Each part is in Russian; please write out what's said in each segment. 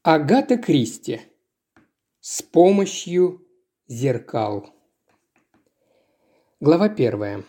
Агата Кристи. С помощью зеркал. Глава 1.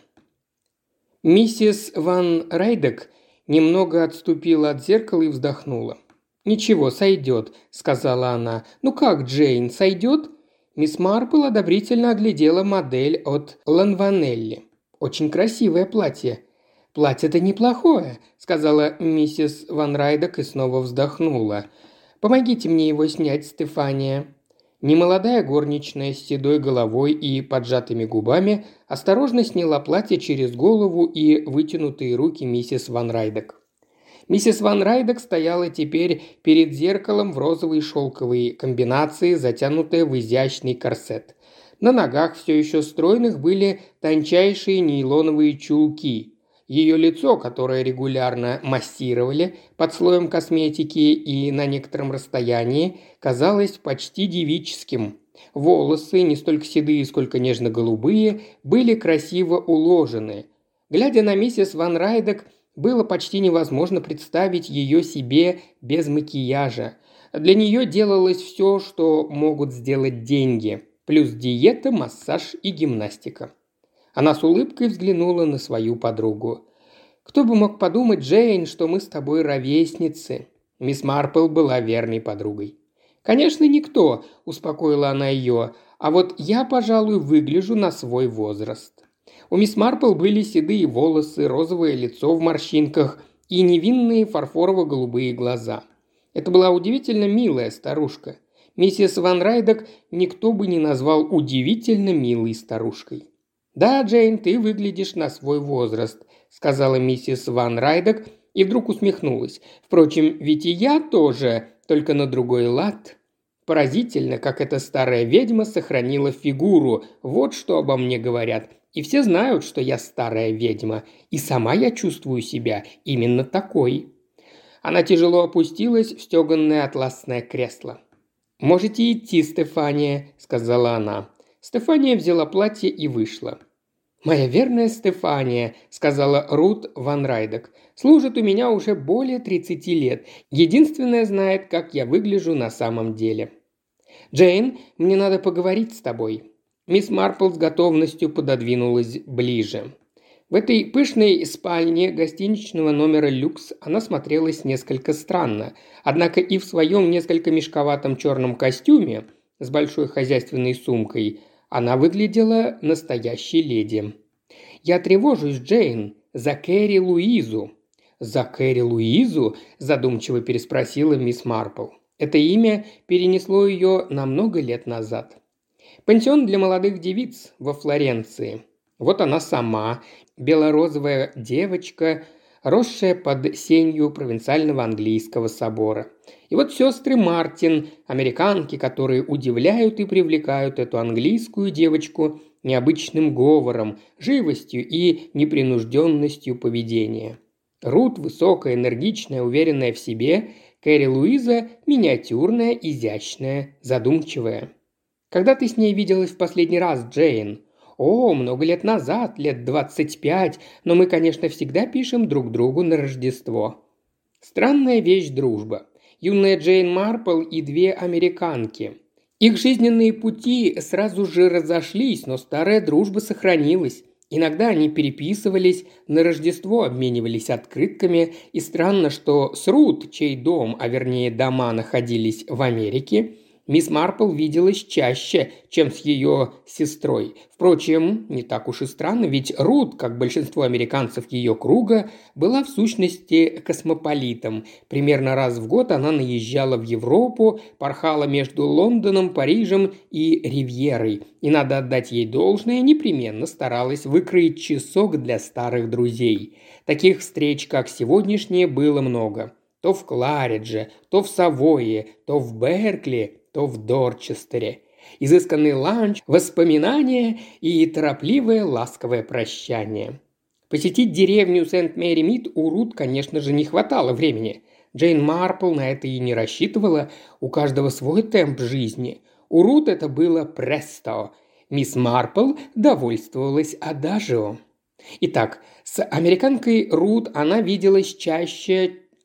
Миссис Ван Райдек немного отступила от зеркала и вздохнула. «Ничего, сойдет», – сказала она. «Ну как, Джейн, сойдет?» Мисс Марпл одобрительно оглядела модель от Ланванелли. «Очень красивое платье». «Платье-то неплохое», – сказала миссис Ван Райдек и снова вздохнула. «Помогите мне его снять, Стефания». Немолодая горничная с седой головой и поджатыми губами осторожно сняла платье через голову и вытянутые руки миссис Ван Райдек. Миссис Ван Райдек стояла теперь перед зеркалом в розовой шелковой комбинации, затянутая в изящный корсет. На ногах все еще стройных были тончайшие нейлоновые чулки. Ее лицо, которое регулярно массировали под слоем косметики и на некотором расстоянии, казалось почти девическим. Волосы, не столько седые, сколько нежно-голубые, были красиво уложены. Глядя на миссис Ван Райдек, было почти невозможно представить ее себе без макияжа. Для нее делалось все, что могут сделать деньги, плюс диета, массаж и гимнастика. Она с улыбкой взглянула на свою подругу. «Кто бы мог подумать, Джейн, что мы с тобой ровесницы?» Мисс Марпл была верной подругой. «Конечно, никто», – успокоила она ее, – «а вот я, пожалуй, выгляжу на свой возраст». У мисс Марпл были седые волосы, розовое лицо в морщинках и невинные фарфорово-голубые глаза. Это была удивительно милая старушка. Миссис Ван Райдек никто бы не назвал удивительно милой старушкой. «Да, Джейн, ты выглядишь на свой возраст», – сказала миссис Ван Райдек и вдруг усмехнулась. «Впрочем, ведь и я тоже, только на другой лад. Поразительно, как эта старая ведьма сохранила фигуру, вот что обо мне говорят. И все знают, что я старая ведьма, и сама я чувствую себя именно такой». Она тяжело опустилась в стеганое атласное кресло. «Можете идти, Стефания», – сказала она. Стефания взяла платье и вышла. «Моя верная Стефания», – сказала Рут Ван Райдек, – «служит у меня уже более 30 лет. Единственная знает, как я выгляжу на самом деле». «Джейн, мне надо поговорить с тобой». Мисс Марпл с готовностью пододвинулась ближе. В этой пышной спальне гостиничного номера «Люкс» она смотрелась несколько странно, однако и в своем несколько мешковатом черном костюме с большой хозяйственной сумкой она выглядела настоящей леди. «Я тревожусь, Джейн, за Кэрри Луизу». «За Кэрри Луизу?» – задумчиво переспросила мисс Марпл. Это имя перенесло ее на много лет назад. Пансион для молодых девиц во Флоренции. Вот она сама, белорозовая девочка, росшая под сенью провинциального английского собора. И вот сестры Мартин, американки, которые удивляют и привлекают эту английскую девочку необычным говором, живостью и непринужденностью поведения. Рут высокая, энергичная, уверенная в себе, Кэрри Луиза миниатюрная, изящная, задумчивая. «Когда ты с ней виделась в последний раз, Джейн?» «О, много лет назад, лет 25, но мы, конечно, всегда пишем друг другу на Рождество». Странная вещь дружба. Юная Джейн Марпл и две американки. Их жизненные пути сразу же разошлись, но старая дружба сохранилась. Иногда они переписывались, на Рождество обменивались открытками, и странно, что с Рут, чей дом, а вернее дома, находились в Америке, мисс Марпл виделась чаще, чем с ее сестрой. Впрочем, не так уж и странно, ведь Рут, как большинство американцев ее круга, была в сущности космополитом. Примерно раз в год она наезжала в Европу, порхала между Лондоном, Парижем и Ривьерой. И, надо отдать ей должное, непременно старалась выкроить часок для старых друзей. Таких встреч, как сегодняшние, было много. То в Кларидже, то в Савойе, то в Беркли, то в Дорчестере. Изысканный ланч, воспоминания и торопливое ласковое прощание. Посетить деревню Сент-Мэри-Мид у Рут, конечно же, не хватало времени. Джейн Марпл на это и не рассчитывала, у каждого свой темп жизни. У Рут это было престо. Мисс Марпл довольствовалась адажио. Итак, с американкой Рут она виделась чаще,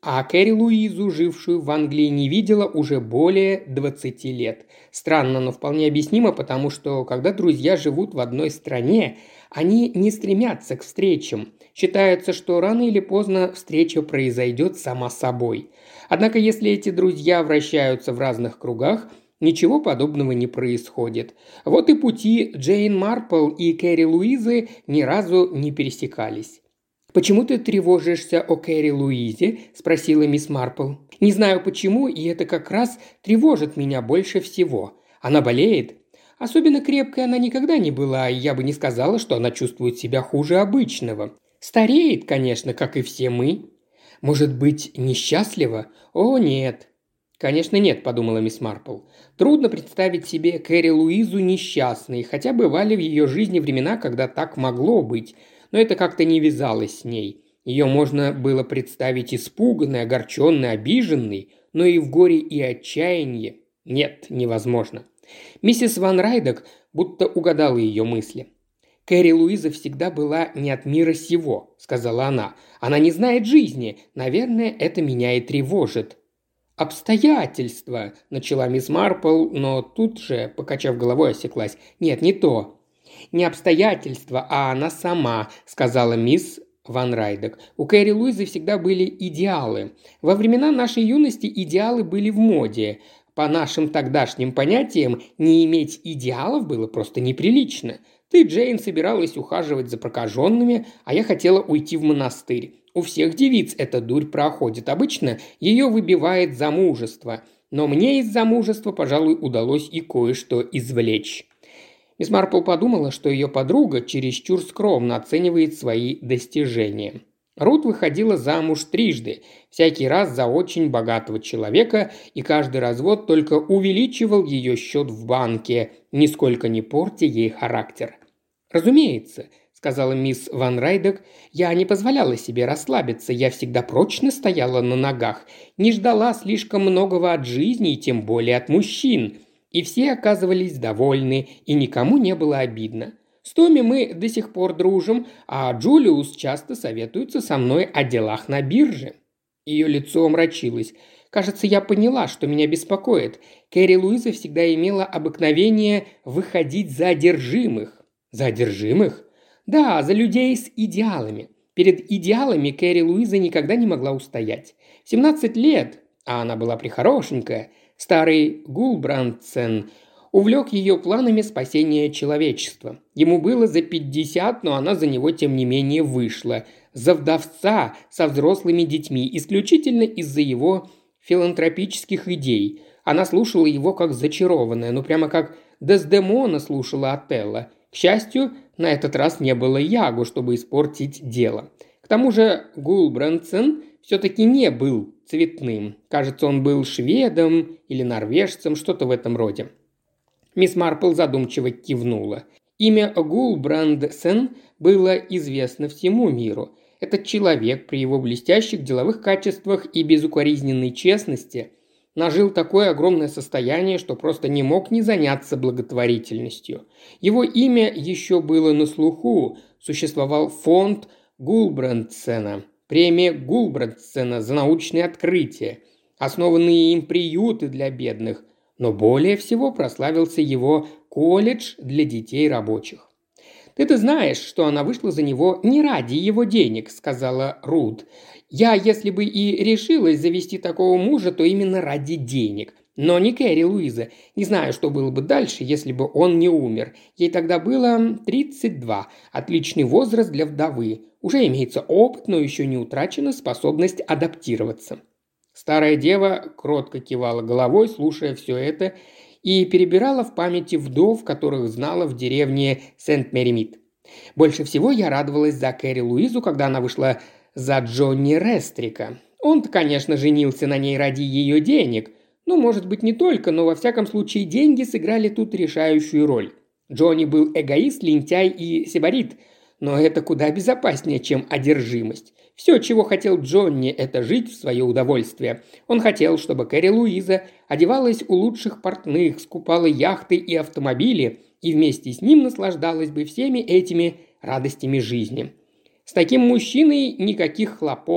а Кэрри Луизу, жившую в Англии, не видела уже более 20 лет. Странно, но вполне объяснимо, потому что, когда друзья живут в одной стране, они не стремятся к встречам. Считается, что рано или поздно встреча произойдет сама собой. Однако, если эти друзья вращаются в разных кругах, ничего подобного не происходит. Вот и пути Джейн Марпл и Кэрри Луизы ни разу не пересекались. «Почему ты тревожишься о Кэрри Луизе?» – спросила мисс Марпл. «Не знаю почему, и это как раз тревожит меня больше всего. Она болеет?» «Особенно крепкой она никогда не была, и я бы не сказала, что она чувствует себя хуже обычного. Стареет, конечно, как и все мы». «Может быть, несчастлива?» «О, нет». «Конечно нет», – подумала мисс Марпл. «Трудно представить себе Кэрри Луизу несчастной, хотя бывали в ее жизни времена, когда так могло быть. Но это как-то не вязалось с ней. Ее можно было представить испуганной, огорченной, обиженной, но и в горе и отчаянии. Нет, невозможно». Миссис Ван Райдек будто угадала ее мысли. «Кэрри Луиза всегда была не от мира сего», – сказала она. «Она не знает жизни. Наверное, это меня и тревожит». «Обстоятельства», – начала мисс Марпл, но тут же, покачав головой, осеклась. «Нет, не то». «Не обстоятельства, а она сама», – сказала мисс Ван Райдек. «У Кэрри Луизы всегда были идеалы. Во времена нашей юности идеалы были в моде. По нашим тогдашним понятиям, не иметь идеалов было просто неприлично. Ты, Джейн, собиралась ухаживать за прокаженными, а я хотела уйти в монастырь. У всех девиц эта дурь проходит. Обычно ее выбивает замужество. Но мне из замужества, пожалуй, удалось и кое-что извлечь». Мисс Марпл подумала, что ее подруга чересчур скромно оценивает свои достижения. Рут выходила замуж трижды, всякий раз за очень богатого человека, и каждый развод только увеличивал ее счет в банке, нисколько не портя ей характер. «Разумеется», – сказала мисс Ван Райдек, – «я не позволяла себе расслабиться, я всегда прочно стояла на ногах, не ждала слишком многого от жизни и тем более от мужчин, и все оказывались довольны, и никому не было обидно. С Томми мы до сих пор дружим, а Джулиус часто советуется со мной о делах на бирже». Ее лицо омрачилось. «Кажется, я поняла, что меня беспокоит. Кэрри Луиза всегда имела обыкновение выходить за одержимых». «За одержимых?» «Да, за людей с идеалами. Перед идеалами Кэрри Луиза никогда не могла устоять. В 17 лет, а она была прихорошенькая, старый Гулбрандсен увлек ее планами спасения человечества. Ему было за 50, но она за него, тем не менее, вышла. За вдовца со взрослыми детьми, исключительно из-за его филантропических идей. Она слушала его как зачарованная, ну прямо как Дездемона слушала Отелло. К счастью, на этот раз не было Ягу, чтобы испортить дело. К тому же Гулбрандсен все-таки не был цветным. Кажется, он был шведом или норвежцем, что-то в этом роде. Мисс Марпл задумчиво кивнула. Имя Гулбрандсен было известно всему миру. Этот человек при его блестящих деловых качествах и безукоризненной честности нажил такое огромное состояние, что просто не мог не заняться благотворительностью. Его имя еще было на слуху. Существовал фонд Гулбрандсена, премия Гулбрандсена за научные открытия, основанные им приюты для бедных, но более всего прославился его колледж для детей рабочих. «Ты-то знаешь, что она вышла за него не ради его денег», – сказала Рут. «Я, если бы и решилась завести такого мужа, то именно ради денег. Но не Кэрри Луиза. Не знаю, что было бы дальше, если бы он не умер. Ей тогда было 32. Отличный возраст для вдовы. Уже имеется опыт, но еще не утрачена способность адаптироваться». Старая дева кротко кивала головой, слушая все это, и перебирала в памяти вдов, которых знала в деревне Сент-Меримит. «Больше всего я радовалась за Кэрри Луизу, когда она вышла за Джонни Рестрика. Он-то, конечно, женился на ней ради ее денег. Ну, может быть, не только, но во всяком случае деньги сыграли тут решающую роль. Джонни был эгоист, лентяй и сибарит, но это куда безопаснее, чем одержимость. Все, чего хотел Джонни, это жить в свое удовольствие. Он хотел, чтобы Кэрри Луиза одевалась у лучших портных, скупала яхты и автомобили и вместе с ним наслаждалась бы всеми этими радостями жизни. С таким мужчиной никаких хлопот.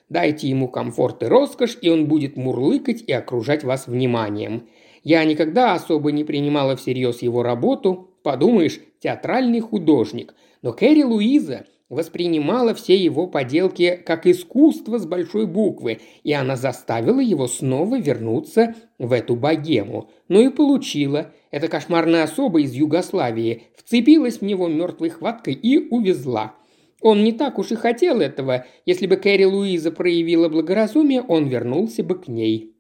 Дайте ему комфорт и роскошь, и он будет мурлыкать и окружать вас вниманием. Я никогда особо не принимала всерьез его работу, подумаешь, театральный художник. Но Кэрри Луиза воспринимала все его поделки как искусство с большой буквы, и она заставила его снова вернуться в эту богему. Ну и получила. Эта кошмарная особа из Югославии вцепилась в него мертвой хваткой и увезла. Он не так уж и хотел этого. Если бы Кэрри Луиза проявила благоразумие, он вернулся бы к ней.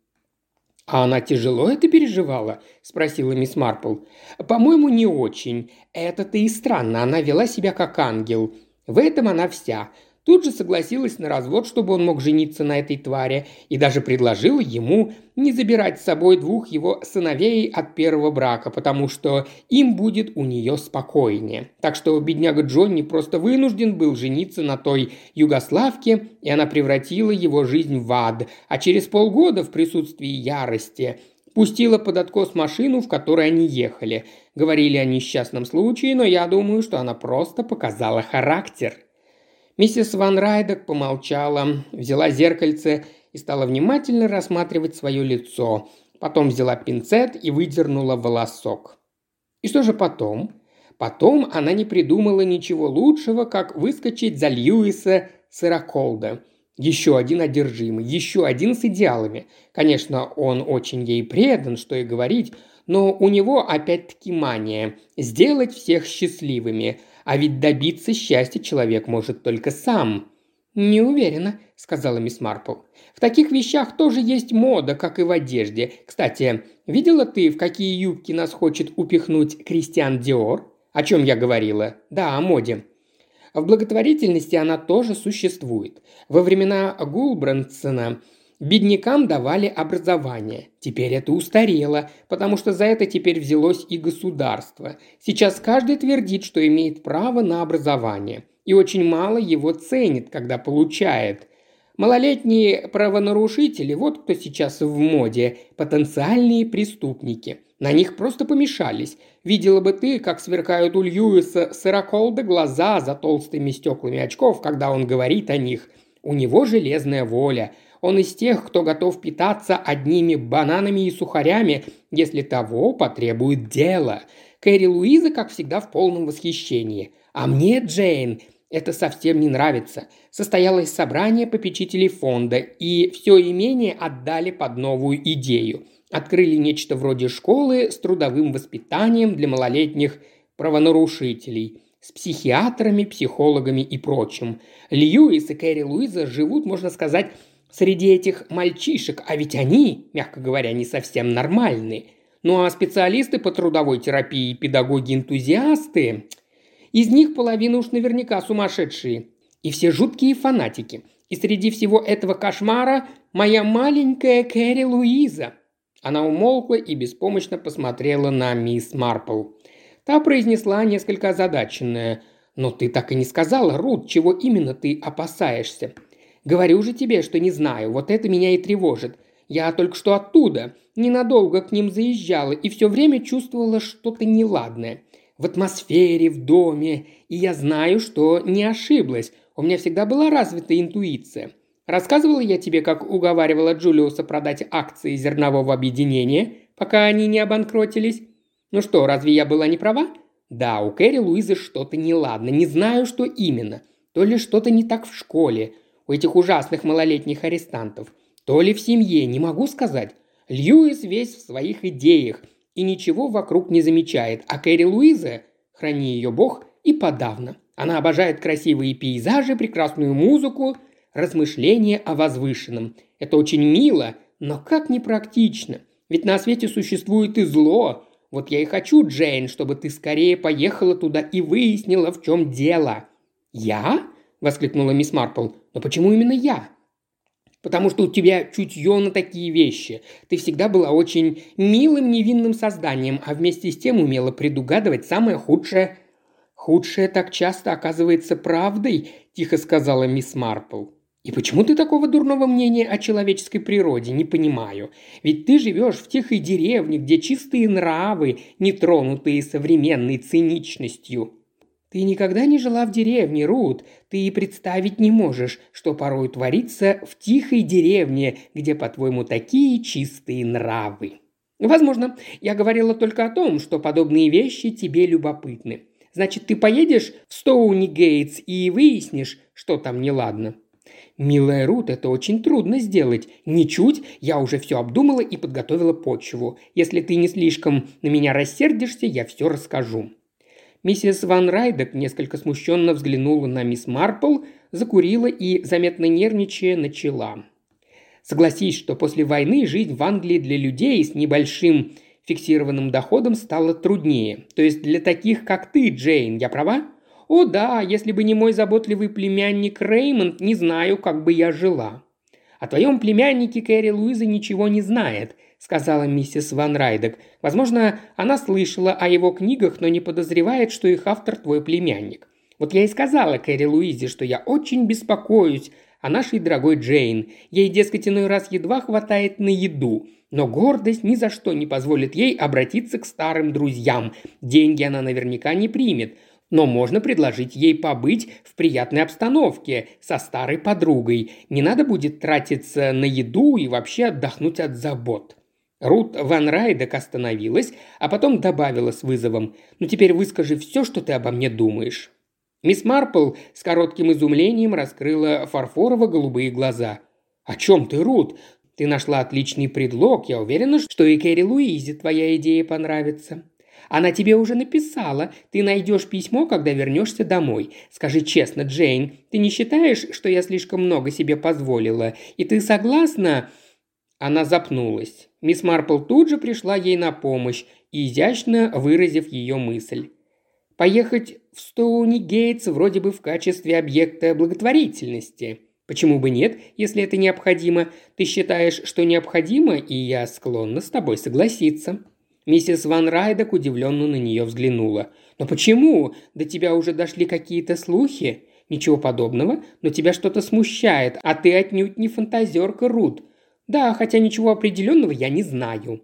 «А она тяжело это переживала?» – спросила мисс Марпл. «По-моему, не очень. Это-то и странно. Она вела себя как ангел. В этом она вся. Тут же согласилась на развод, чтобы он мог жениться на этой твари, и даже предложила ему не забирать с собой двух его сыновей от первого брака, потому что им будет у нее спокойнее. Так что бедняга Джонни просто вынужден был жениться на той югославке, и она превратила его жизнь в ад, а через полгода в присутствии ярости пустила под откос машину, в которой они ехали. Говорили о несчастном случае, но я думаю, что она просто показала характер». Миссис Ван Райдек помолчала, взяла зеркальце и стала внимательно рассматривать свое лицо. Потом взяла пинцет и выдернула волосок. И что же потом? Потом она не придумала ничего лучшего, как выскочить за Льюиса Сыроколда. Еще один одержимый, еще один с идеалами. Конечно, он очень ей предан, что и говорить, но у него опять-таки мания – сделать всех счастливыми. А ведь добиться счастья человек может только сам. «Не уверена», – сказала мисс Марпл. «В таких вещах тоже есть мода, как и в одежде. Кстати, видела ты, в какие юбки нас хочет упихнуть Кристиан Диор? О чем я говорила? Да, о моде. В благотворительности она тоже существует. Во времена Гулбрандсона беднякам давали образование. Теперь это устарело, потому что за это теперь взялось и государство. Сейчас каждый твердит, что имеет право на образование. И очень мало его ценит, когда получает. Малолетние правонарушители, вот кто сейчас в моде, потенциальные преступники. На них просто помешались. Видела бы ты, как сверкают у Льюиса Сыроколда глаза за толстыми стеклами очков, когда он говорит о них. У него железная воля. Он из тех, кто готов питаться одними бананами и сухарями, если того потребует дело. Кэрри Луиза, как всегда, в полном восхищении. А мне, Джейн, это совсем не нравится. Состоялось собрание попечителей фонда, и все имение отдали под новую идею. Открыли нечто вроде школы с трудовым воспитанием для малолетних правонарушителей. С психиатрами, психологами и прочим. Льюис и Кэрри Луиза живут, можно сказать, среди этих мальчишек, а ведь они, мягко говоря, не совсем нормальные. Ну а специалисты по трудовой терапии и педагоги-энтузиасты, из них половина уж наверняка сумасшедшие. И все жуткие фанатики. И среди всего этого кошмара моя маленькая Кэрри Луиза. Она умолкла и беспомощно посмотрела на мисс Марпл. Та произнесла несколько озадаченная: «Но ты так и не сказала, Рут, чего именно ты опасаешься?» «Говорю же тебе, что не знаю, вот это меня и тревожит. Я только что оттуда, ненадолго к ним заезжала и все время чувствовала что-то неладное. В атмосфере, в доме, и я знаю, что не ошиблась. У меня всегда была развита интуиция. Рассказывала я тебе, как уговаривала Джулиуса продать акции зернового объединения, пока они не обанкротились? Ну что, разве я была не права? Да, у Кэрри Луизы что-то неладно, не знаю, что именно. То ли что-то не так в школе, у этих ужасных малолетних арестантов, то ли в семье, не могу сказать. Льюис весь в своих идеях и ничего вокруг не замечает, а Кэрри Луиза, храни ее бог, и подавно. Она обожает красивые пейзажи, прекрасную музыку, размышления о возвышенном. Это очень мило, но как непрактично. Ведь на свете существует и зло. Вот я и хочу, Джейн, чтобы ты скорее поехала туда и выяснила, в чем дело». «Я?» – воскликнула мисс Марпл. «Но почему именно я?» «Потому что у тебя чутье на такие вещи. Ты всегда была очень милым невинным созданием, а вместе с тем умела предугадывать самое худшее». «Худшее так часто оказывается правдой», – тихо сказала мисс Марпл. «И почему ты такого дурного мнения о человеческой природе? Не понимаю. Ведь ты живешь в тихой деревне, где чистые нравы, не тронутые современной циничностью». Ты никогда не жила в деревне, Рут. Ты и представить не можешь, что порой творится в тихой деревне, где, по-твоему, такие чистые нравы. Возможно, я говорила только о том, что подобные вещи тебе любопытны. Значит, ты поедешь в Стоуни-Гейтс и выяснишь, что там неладно. Милая Рут, это очень трудно сделать. Ничуть, я уже все обдумала и подготовила почву. Если ты не слишком на меня рассердишься, я все расскажу. Миссис Ван Райдек несколько смущенно взглянула на мисс Марпл, закурила и, заметно нервничая, начала. Согласись, что после войны жизнь в Англии для людей с небольшим фиксированным доходом стала труднее. То есть для таких, как ты, Джейн, я права? О да, если бы не мой заботливый племянник Реймонд, не знаю, как бы я жила. О твоем племяннике Кэрри Луиза ничего не знает, сказала миссис Ван Райдек. Возможно, она слышала о его книгах, но не подозревает, что их автор твой племянник. Вот я и сказала Кэрри Луизе, что я очень беспокоюсь о нашей дорогой Джейн. Ей, дескать, иной раз едва хватает на еду. Но гордость ни за что не позволит ей обратиться к старым друзьям. Деньги она наверняка не примет. Но можно предложить ей побыть в приятной обстановке со старой подругой. Не надо будет тратиться на еду и вообще отдохнуть от забот. Рут Ван Райдек остановилась, а потом добавила с вызовом: «Ну теперь выскажи все, что ты обо мне думаешь». Мисс Марпл с коротким изумлением раскрыла фарфорово-голубые глаза. «О чем ты, Рут? Ты нашла отличный предлог. Я уверена, что и Кэрри Луизе твоя идея понравится. Она тебе уже написала. Ты найдешь письмо, когда вернешься домой. Скажи честно, Джейн, ты не считаешь, что я слишком много себе позволила? И ты согласна?» Она запнулась. Мисс Марпл тут же пришла ей на помощь, изящно выразив ее мысль. «Поехать в Стоуни-Гейтс вроде бы в качестве объекта благотворительности. Почему бы нет, если это необходимо? Ты считаешь, что необходимо, и я склонна с тобой согласиться». Миссис Ван Райдек удивленно на нее взглянула. «Но почему? До тебя уже дошли какие-то слухи?» «Ничего подобного, но тебя что-то смущает, а ты отнюдь не фантазерка, Рут». «Да, хотя ничего определенного я не знаю».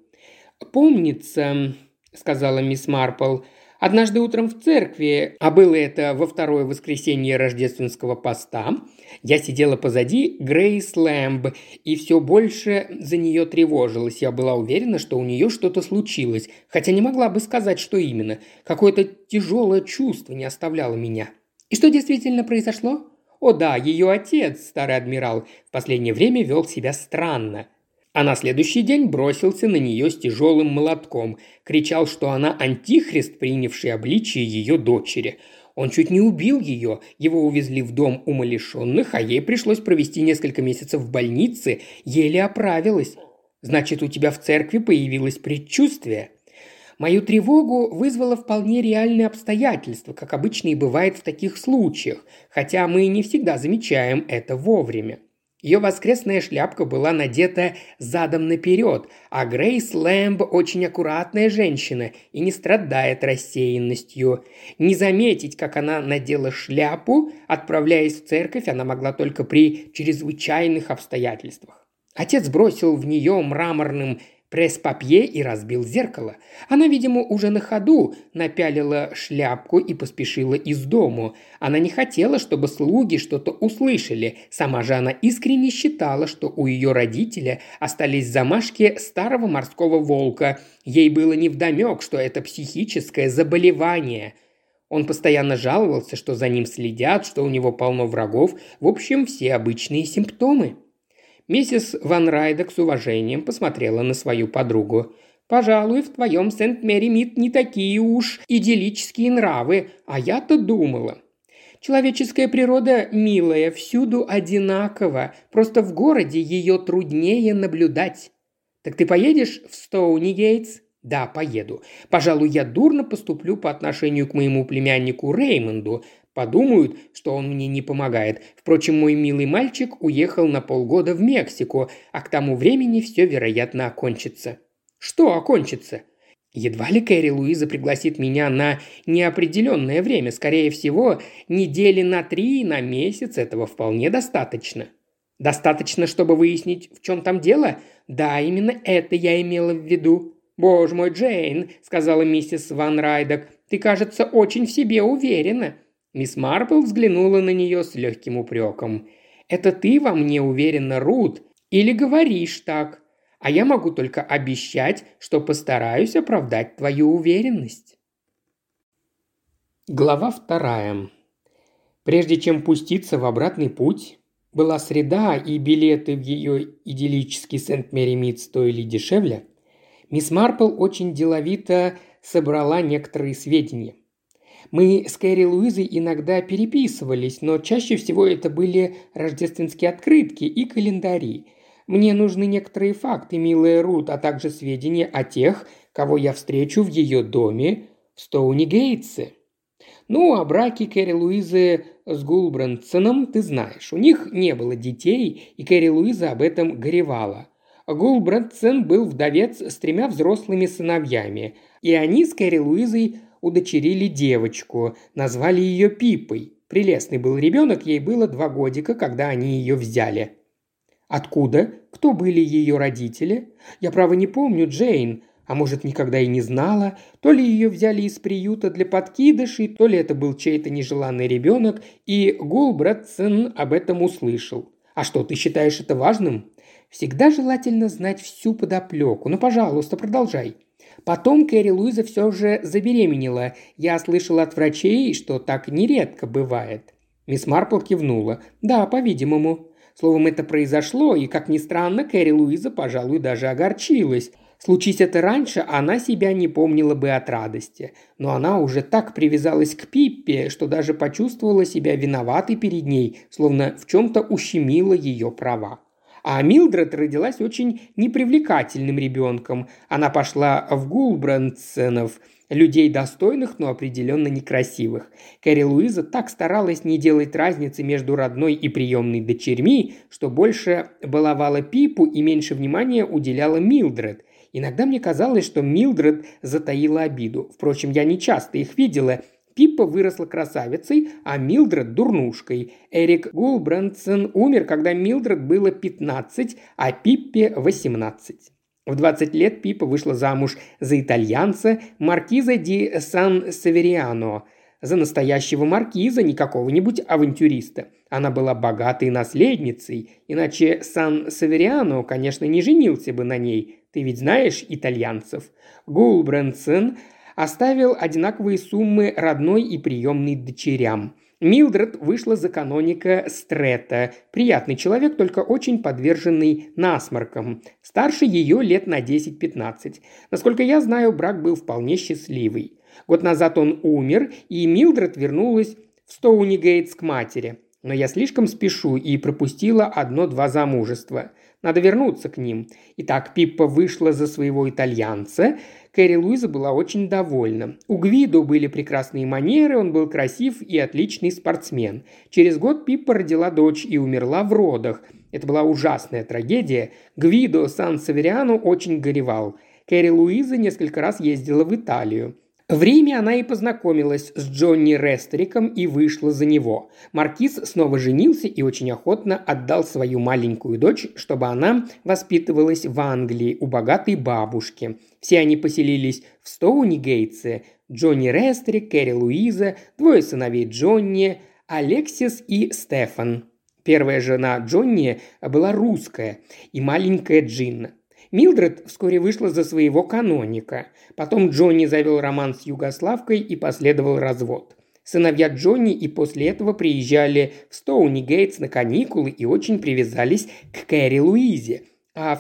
«Помнится», — сказала мисс Марпл, — «однажды утром в церкви, а было это во второе воскресенье рождественского поста, я сидела позади Грейс Лэмб и все больше за нее тревожилась. Я была уверена, что у нее что-то случилось, хотя не могла бы сказать, что именно. Какое-то тяжелое чувство не оставляло меня. И что действительно произошло? О да, ее отец, старый адмирал, в последнее время вел себя странно. А на следующий день бросился на нее с тяжелым молотком, кричал, что она антихрист, принявший обличие ее дочери. Он чуть не убил ее, его увезли в дом умалишенных, а ей пришлось провести несколько месяцев в больнице, еле оправилась. Значит, у тебя в церкви появилось предчувствие. Мою тревогу вызвало вполне реальное обстоятельство, как обычно и бывает в таких случаях, хотя мы не всегда замечаем это вовремя. Ее воскресная шляпка была надета задом наперед, а Грейс Лэмб очень аккуратная женщина и не страдает рассеянностью. Не заметить, как она надела шляпу, отправляясь в церковь, она могла только при чрезвычайных обстоятельствах. Отец бросил в нее мраморным пресс-папье и разбил зеркало. Она, видимо, уже на ходу напялила шляпку и поспешила из дому. Она не хотела, чтобы слуги что-то услышали. Сама же она искренне считала, что у ее родителя остались замашки старого морского волка. Ей было невдомек, что это психическое заболевание. Он постоянно жаловался, что за ним следят, что у него полно врагов. В общем, все обычные симптомы. Миссис Ван Райдек с уважением посмотрела на свою подругу. «Пожалуй, в твоем Сент-Мэри-Мид не такие уж идиллические нравы, а я-то думала». «Человеческая природа, милая, всюду одинакова, просто в городе ее труднее наблюдать». «Так ты поедешь в Стоуни-Гейтс?» «Да, поеду. Пожалуй, я дурно поступлю по отношению к моему племяннику Реймонду. Подумают, что он мне не помогает. Впрочем, мой милый мальчик уехал на полгода в Мексику, а к тому времени все, вероятно, окончится». «Что окончится?» «Едва ли Кэрри Луиза пригласит меня на неопределенное время. Скорее всего, недели на 3, на месяц этого вполне достаточно». «Достаточно, чтобы выяснить, в чем там дело?» «Да, именно это я имела в виду». «Боже мой, Джейн», — сказала миссис Ван Райдек, Ты, кажется, очень в себе уверена». Мисс Марпл взглянула на нее с легким упреком. «Это ты во мне уверена, Рут, или говоришь так? А я могу только обещать, что постараюсь оправдать твою уверенность». Глава 2. Прежде чем пуститься в обратный путь, была среда, и билеты в ее идиллический Сент-Мэри-Мид стоили дешевле, мисс Марпл очень деловито собрала некоторые сведения. Мы с Кэрри Луизой иногда переписывались, но чаще всего это были рождественские открытки и календари. Мне нужны некоторые факты, милая Рут, а также сведения о тех, кого я встречу в ее доме в Стоуни-Гейтсе. Ну, о браке Кэрри Луизы с Гулбрандсоном ты знаешь. У них не было детей, и Кэрри Луиза об этом горевала. Гулбрандсон был вдовец с 3 взрослыми сыновьями, и они с Кэрри Луизой удочерили девочку, назвали ее Пиппой. Прелестный был ребенок, ей было 2 годика, когда они ее взяли. Откуда? Кто были ее родители? Я, право, не помню, Джейн. А может, никогда и не знала. То ли ее взяли из приюта для подкидышей, то ли это был чей-то нежеланный ребенок, и Гулбрандсон об этом услышал. А что, ты считаешь это важным? Всегда желательно знать всю подоплеку. Ну, пожалуйста, продолжай. Потом Кэрри Луиза все же забеременела. Я слышала от врачей, что так нередко бывает. Мисс Марпл кивнула. Да, по-видимому. Словом, это произошло, и, как ни странно, Кэрри Луиза, пожалуй, даже огорчилась. Случись это раньше, она себя не помнила бы от радости. Но она уже так привязалась к Пиппе, что даже почувствовала себя виноватой перед ней, словно в чем-то ущемила ее права. А Милдред родилась очень непривлекательным ребенком. Она пошла в Гулбрандсонов, людей достойных, но определенно некрасивых. Кэрри Луиза так старалась не делать разницы между родной и приемной дочерьми, что больше баловала Пипу и меньше внимания уделяла Милдред. Иногда мне казалось, что Милдред затаила обиду. Впрочем, я не часто их видела. Пиппа выросла красавицей, а Милдред – дурнушкой. Эрик Гулбрандсон умер, когда Милдред было 15, а Пиппе – 18. В 20 лет Пиппа вышла замуж за итальянца маркиза ди Сан-Севериано. За настоящего маркиза, не какого-нибудь авантюриста. Она была богатой наследницей, иначе Сан-Севериано, конечно, не женился бы на ней. Ты ведь знаешь итальянцев. Гулбрандсон оставил одинаковые суммы родной и приемной дочерям. Милдред вышла за каноника Стрета. Приятный человек, только очень подверженный насморкам. Старше ее лет на 10-15. Насколько я знаю, брак был вполне счастливый. Год назад он умер, и Милдред вернулась в Стоуни-Гейтс к матери. Но я слишком спешу и пропустила 1-2 замужества. Надо вернуться к ним. Итак, Пиппа вышла за своего итальянца. Кэрри Луиза была очень довольна. У Гвидо были прекрасные манеры, он был красив и отличный спортсмен. Через год Пиппа родила дочь и умерла в родах. Это была ужасная трагедия. Гвидо Сан-Севериано очень горевал. Кэрри Луиза несколько раз ездила в Италию. В Риме она и познакомилась с Джонни Рестериком и вышла за него. Маркиз снова женился и очень охотно отдал свою маленькую дочь, чтобы она воспитывалась в Англии у богатой бабушки. Все они поселились в Стоуни-Гейтсе. Джонни Рестерик, Кэрри Луиза, 2 сыновей Джонни, Алексис и Стефан. Первая жена Джонни была русская и маленькая Джинна. Милдред вскоре вышла за своего каноника. Потом Джонни завел роман с югославкой и последовал развод. Сыновья Джонни и после этого приезжали в Стоуни-Гейтс на каникулы и очень привязались к Кэрри Луизе. А в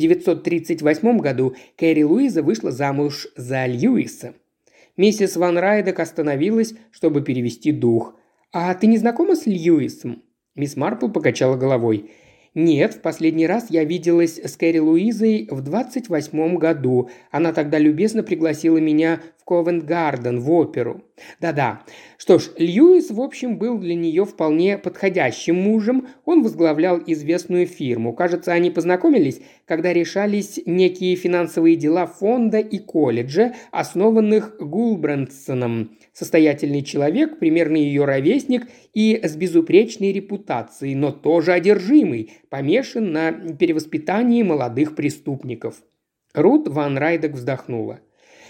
1938 году Кэрри Луиза вышла замуж за Льюиса. Миссис Ван Райдек остановилась, чтобы перевести дух. «А ты не знакома с Льюисом?» Мисс Марпл покачала головой. «Нет, в последний раз я виделась с Кэрри Луизой в 28 году. Она тогда любезно пригласила меня в Ковент-Гарден, в оперу. Да-да. Что ж, Льюис, в общем, был для нее вполне подходящим мужем. Он возглавлял известную фирму. Кажется, они познакомились, когда решались некие финансовые дела фонда и колледжа, основанных Гулбрандсоном. Состоятельный человек, примерно ее ровесник и с безупречной репутацией, но тоже одержимый, помешан на перевоспитании молодых преступников». Рут Ван Райдек вздохнула.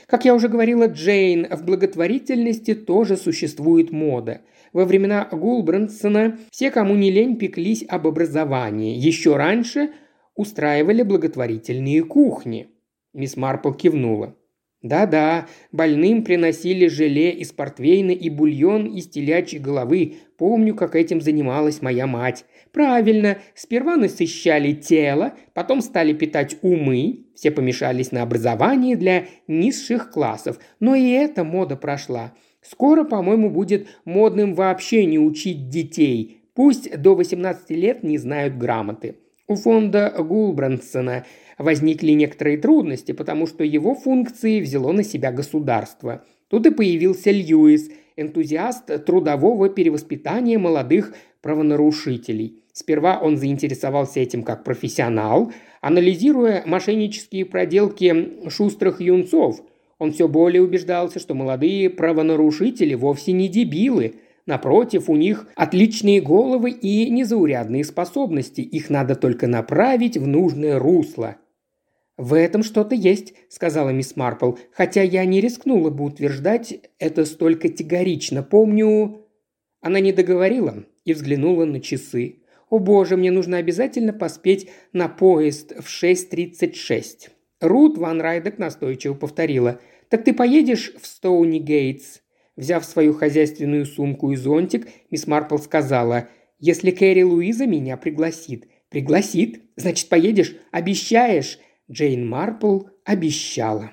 Как я уже говорила Джейн, в благотворительности тоже существует мода. Во времена Гулбрандсона все, кому не лень, пеклись об образовании. Еще раньше устраивали благотворительные кухни. Мисс Марпл кивнула. Да-да, больным приносили желе из портвейна и бульон из телячьей головы. Помню, как этим занималась моя мать. Правильно, сперва насыщали тело, потом стали питать умы. Все помешались на образовании для низших классов. Но и эта мода прошла. Скоро, по-моему, будет модным вообще не учить детей. Пусть до 18 лет не знают грамоты. У фонда Гулбрандсона возникли некоторые трудности, потому что его функции взяло на себя государство. Тут и появился Льюис, энтузиаст трудового перевоспитания молодых правонарушителей. Сперва он заинтересовался этим как профессионал, анализируя мошеннические проделки шустрых юнцов. Он все более убеждался, что молодые правонарушители вовсе не дебилы. Напротив, у них отличные головы и незаурядные способности. Их надо только направить в нужное русло. «В этом что-то есть», – сказала мисс Марпл, «хотя я не рискнула бы утверждать это столь категорично. Помню...» Она не договорила и взглянула на часы. «О боже, мне нужно обязательно поспеть на поезд в 6:36». Рут Ван Райдек настойчиво повторила. «Так ты поедешь в Стоуни-Гейтс?» Взяв свою хозяйственную сумку и зонтик, мисс Марпл сказала, «Если Кэрри Луиза меня пригласит». «Пригласит? Значит, поедешь? Обещаешь?» Джейн Марпл обещала.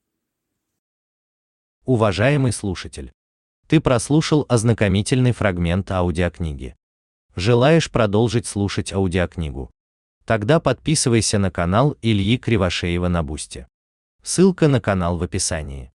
Уважаемый слушатель, ты прослушал ознакомительный фрагмент аудиокниги. Желаешь продолжить слушать аудиокнигу? Тогда подписывайся на канал Ильи Кривошеева на Бусти. Ссылка на канал в описании.